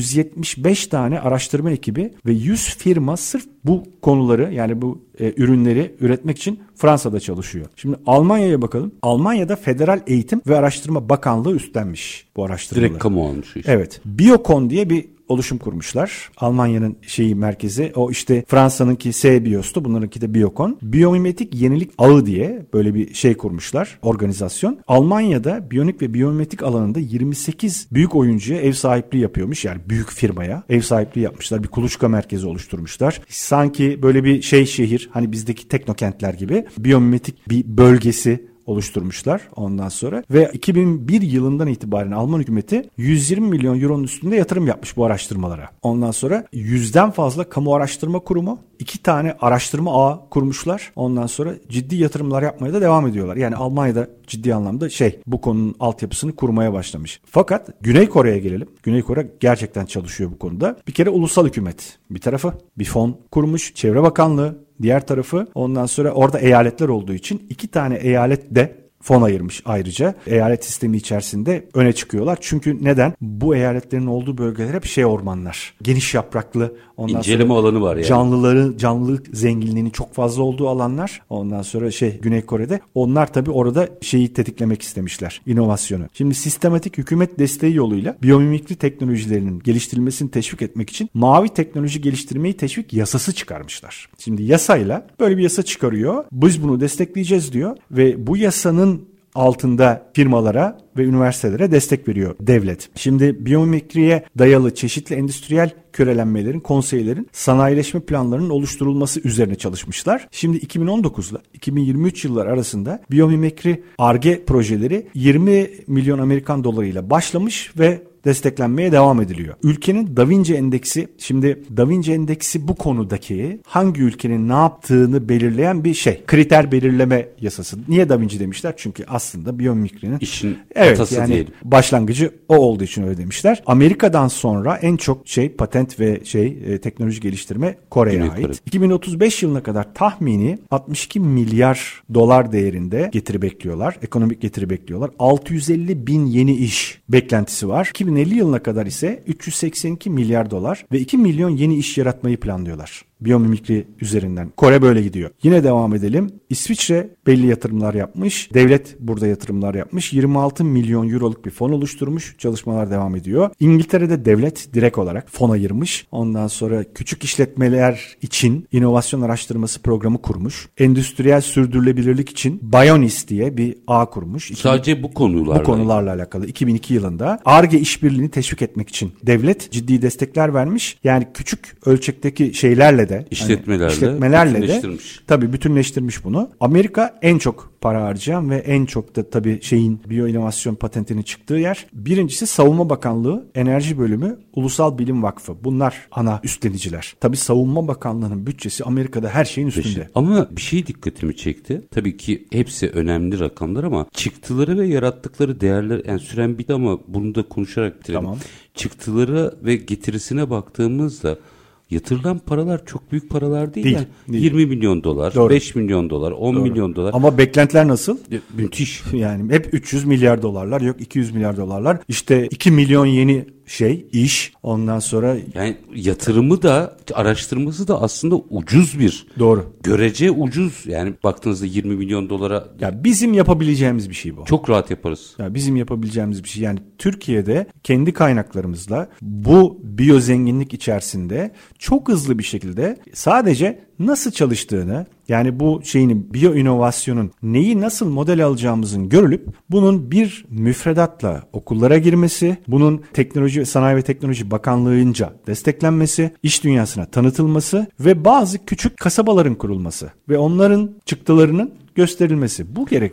175 tane araştırma ekibi ve 100 firma sırf bu konuları, yani bu ürünleri üretmek için Fransa'da çalışıyor. Şimdi Almanya'ya bakalım. Almanya'da Federal Eğitim ve Araştırma Bakanlığı üstlenmiş bu araştırmaları. Direkt kamu olmuş iş. Evet. Biocon diye bir oluşum kurmuşlar. Almanya'nın merkezi. O Fransa'nınki SBIOS'tu. Bunlarınki de Biocon. Biyomimetik Yenilik Ağı diye böyle bir kurmuşlar. Organizasyon. Almanya'da biyonik ve biyomimetik alanında 28 büyük oyuncuya ev sahipliği yapıyormuş. Yani büyük firmaya ev sahipliği yapmışlar. Bir kuluçka merkezi oluşturmuşlar. Sanki böyle bir şehir, hani bizdeki teknokentler gibi biyomimetik bir bölgesi oluşturmuşlar ondan sonra ve 2001 yılından itibaren Alman hükümeti 120 milyon euronun üstünde yatırım yapmış bu araştırmalara. Ondan sonra 100'den fazla kamu araştırma kurumu, 2 tane araştırma ağı kurmuşlar. Ondan sonra ciddi yatırımlar yapmaya da devam ediyorlar. Yani Almanya'da ciddi anlamda bu konunun altyapısını kurmaya başlamış. Fakat Güney Kore'ye gelelim. Güney Kore gerçekten çalışıyor bu konuda. Bir kere ulusal hükümet bir tarafı bir fon kurmuş. Çevre Bakanlığı diğer tarafı. Ondan sonra orada eyaletler olduğu için 2 tane eyalet de fon ayırmış ayrıca. Eyalet sistemi içerisinde öne çıkıyorlar. Çünkü neden? Bu eyaletlerin olduğu bölgeler hep ormanlar. Geniş yapraklı. Ondan İnceleme sonra alanı var yani. Canlılık zenginliğinin çok fazla olduğu alanlar. Ondan sonra Güney Kore'de. Onlar tabii orada tetiklemek istemişler. İnovasyonu. Şimdi sistematik hükümet desteği yoluyla biyomimikri teknolojilerinin geliştirilmesini teşvik etmek için mavi teknoloji geliştirmeyi teşvik yasası çıkarmışlar. Şimdi yasayla böyle bir yasa çıkarıyor. Biz bunu destekleyeceğiz diyor ve bu yasanın altında firmalara ve üniversitelere destek veriyor devlet. Şimdi biyomimikriye dayalı çeşitli endüstriyel körelenmelerin, konseylerin sanayileşme planlarının oluşturulması üzerine çalışmışlar. Şimdi 2019 ile 2023 yılları arasında biyomimikri Ar-Ge projeleri 20 milyon Amerikan dolarıyla başlamış ve desteklenmeye devam ediliyor. Ülkenin Da Vinci Endeksi, şimdi Da Vinci Endeksi bu konudaki hangi ülkenin ne yaptığını belirleyen bir kriter belirleme yasası. Niye Da Vinci demişler? Çünkü aslında biyomimikrinin işin atası diyelim. Başlangıcı o olduğu için öyle demişler. Amerika'dan sonra en çok patent ve teknoloji geliştirme Kore'ye ait. 2035 yılına kadar tahmini 62 milyar dolar değerinde getiri bekliyorlar. Ekonomik getiri bekliyorlar. 650 bin yeni iş beklentisi var. 2050 yılına kadar ise 382 milyar dolar ve 2 milyon yeni iş yaratmayı planlıyorlar. Biyomimikri üzerinden. Kore böyle gidiyor. Yine devam edelim. İsviçre belli yatırımlar yapmış. Devlet burada yatırımlar yapmış. 26 milyon euroluk bir fon oluşturmuş. Çalışmalar devam ediyor. İngiltere'de devlet direkt olarak fon ayırmış. Ondan sonra küçük işletmeler için inovasyon araştırması programı kurmuş. Endüstriyel sürdürülebilirlik için Bionis diye bir ağ kurmuş. Sadece bu konularla alakalı 2002 yılında Ar-Ge işbirliğini teşvik etmek için devlet ciddi destekler vermiş. Yani küçük ölçekteki şeylerle de işletmelerle de tabii bütünleştirmiş bunu. Amerika en çok para harcayan ve en çok da tabii biyoinovasyon patentinin çıktığı yer. Birincisi Savunma Bakanlığı, Enerji Bölümü, Ulusal Bilim Vakfı. Bunlar ana üstleniciler. Tabii Savunma Bakanlığı'nın bütçesi Amerika'da her şeyin üstünde. Ama bir şey dikkatimi çekti. Tabii ki hepsi önemli rakamlar ama çıktıları ve yarattıkları değerler, yani süren bitti ama bunu da konuşarak bitirelim. Tamam. Çıktıları ve getirisine baktığımızda yatırılan paralar çok büyük paralar değil. Değil. 20 milyon dolar, Doğru. 5 milyon dolar, 10 milyon dolar. Ama beklentiler nasıl? Müthiş. Yani hep 300 milyar dolarlar, yok 200 milyar dolarlar. İşte 2 milyon yeni iş. Ondan sonra yani yatırımı da araştırması da aslında ucuz bir. Doğru. Görece ucuz. Yani baktığınızda 20 milyon dolara. Ya bizim yapabileceğimiz bir şey bu. Çok rahat yaparız. Ya bizim yapabileceğimiz bir şey. Yani Türkiye'de kendi kaynaklarımızla bu biyozenginlik içerisinde çok hızlı bir şekilde sadece nasıl çalıştığını, yani bu biyoinovasyonun neyi nasıl model alacağımızın görülüp bunun bir müfredatla okullara girmesi, bunun Sanayi ve Teknoloji Bakanlığı'nca desteklenmesi, iş dünyasına tanıtılması ve bazı küçük kasabaların kurulması ve onların çıktılarının gösterilmesi. Bu gerekiyor.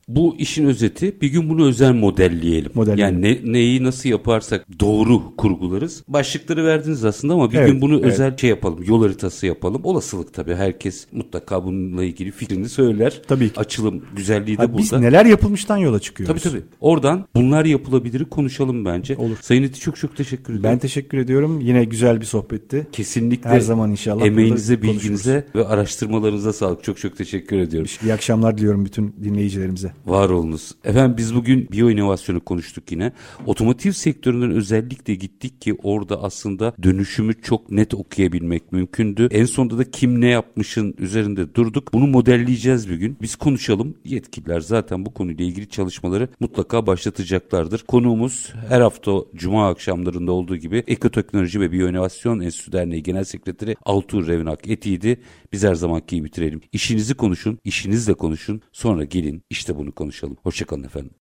Bu işin özeti. Bir gün bunu özel modelleyelim. Yani neyi nasıl yaparsak doğru kurgularız. Başlıkları verdiniz aslında ama bir gün bunu özel yapalım. Yol haritası yapalım. Olasılık tabii. Herkes mutlaka bununla ilgili fikrini söyler. Tabii ki. Açılım güzelliği de burada. Biz neler yapılmıştan yola çıkıyoruz. Tabii. Oradan bunlar yapılabilir konuşalım bence. Olur. Sayın İti çok teşekkür ederim. Ben teşekkür ediyorum. Yine güzel bir sohbetti. Kesinlikle. Her zaman inşallah. Emeğinize, bilginize ve araştırmalarınıza sağlık. Çok teşekkür ediyorum. İyi akşamlar diliyorum bütün dinleyicilerimize. Var olunuz. Efendim biz bugün biyo inovasyonu konuştuk yine. Otomotiv sektöründen özellikle gittik ki orada aslında dönüşümü çok net okuyabilmek mümkündü. En sonunda da kim ne yapmışın üzerinde durduk. Bunu modelleyeceğiz bir gün. Biz konuşalım. Yetkililer zaten bu konuyla ilgili çalışmaları mutlaka başlatacaklardır. Konuğumuz her hafta Cuma akşamlarında olduğu gibi Ekoteknoloji ve Biyoinovasyon Enstitüsü Derneği Genel Sekreteri Altuğ Revinak Eti'ydi. Biz her zamanki gibi bitirelim. İşinizi konuşun, işinizle konuşun. Sonra gelin işte bunu konuşalım. Hoşçakalın efendim.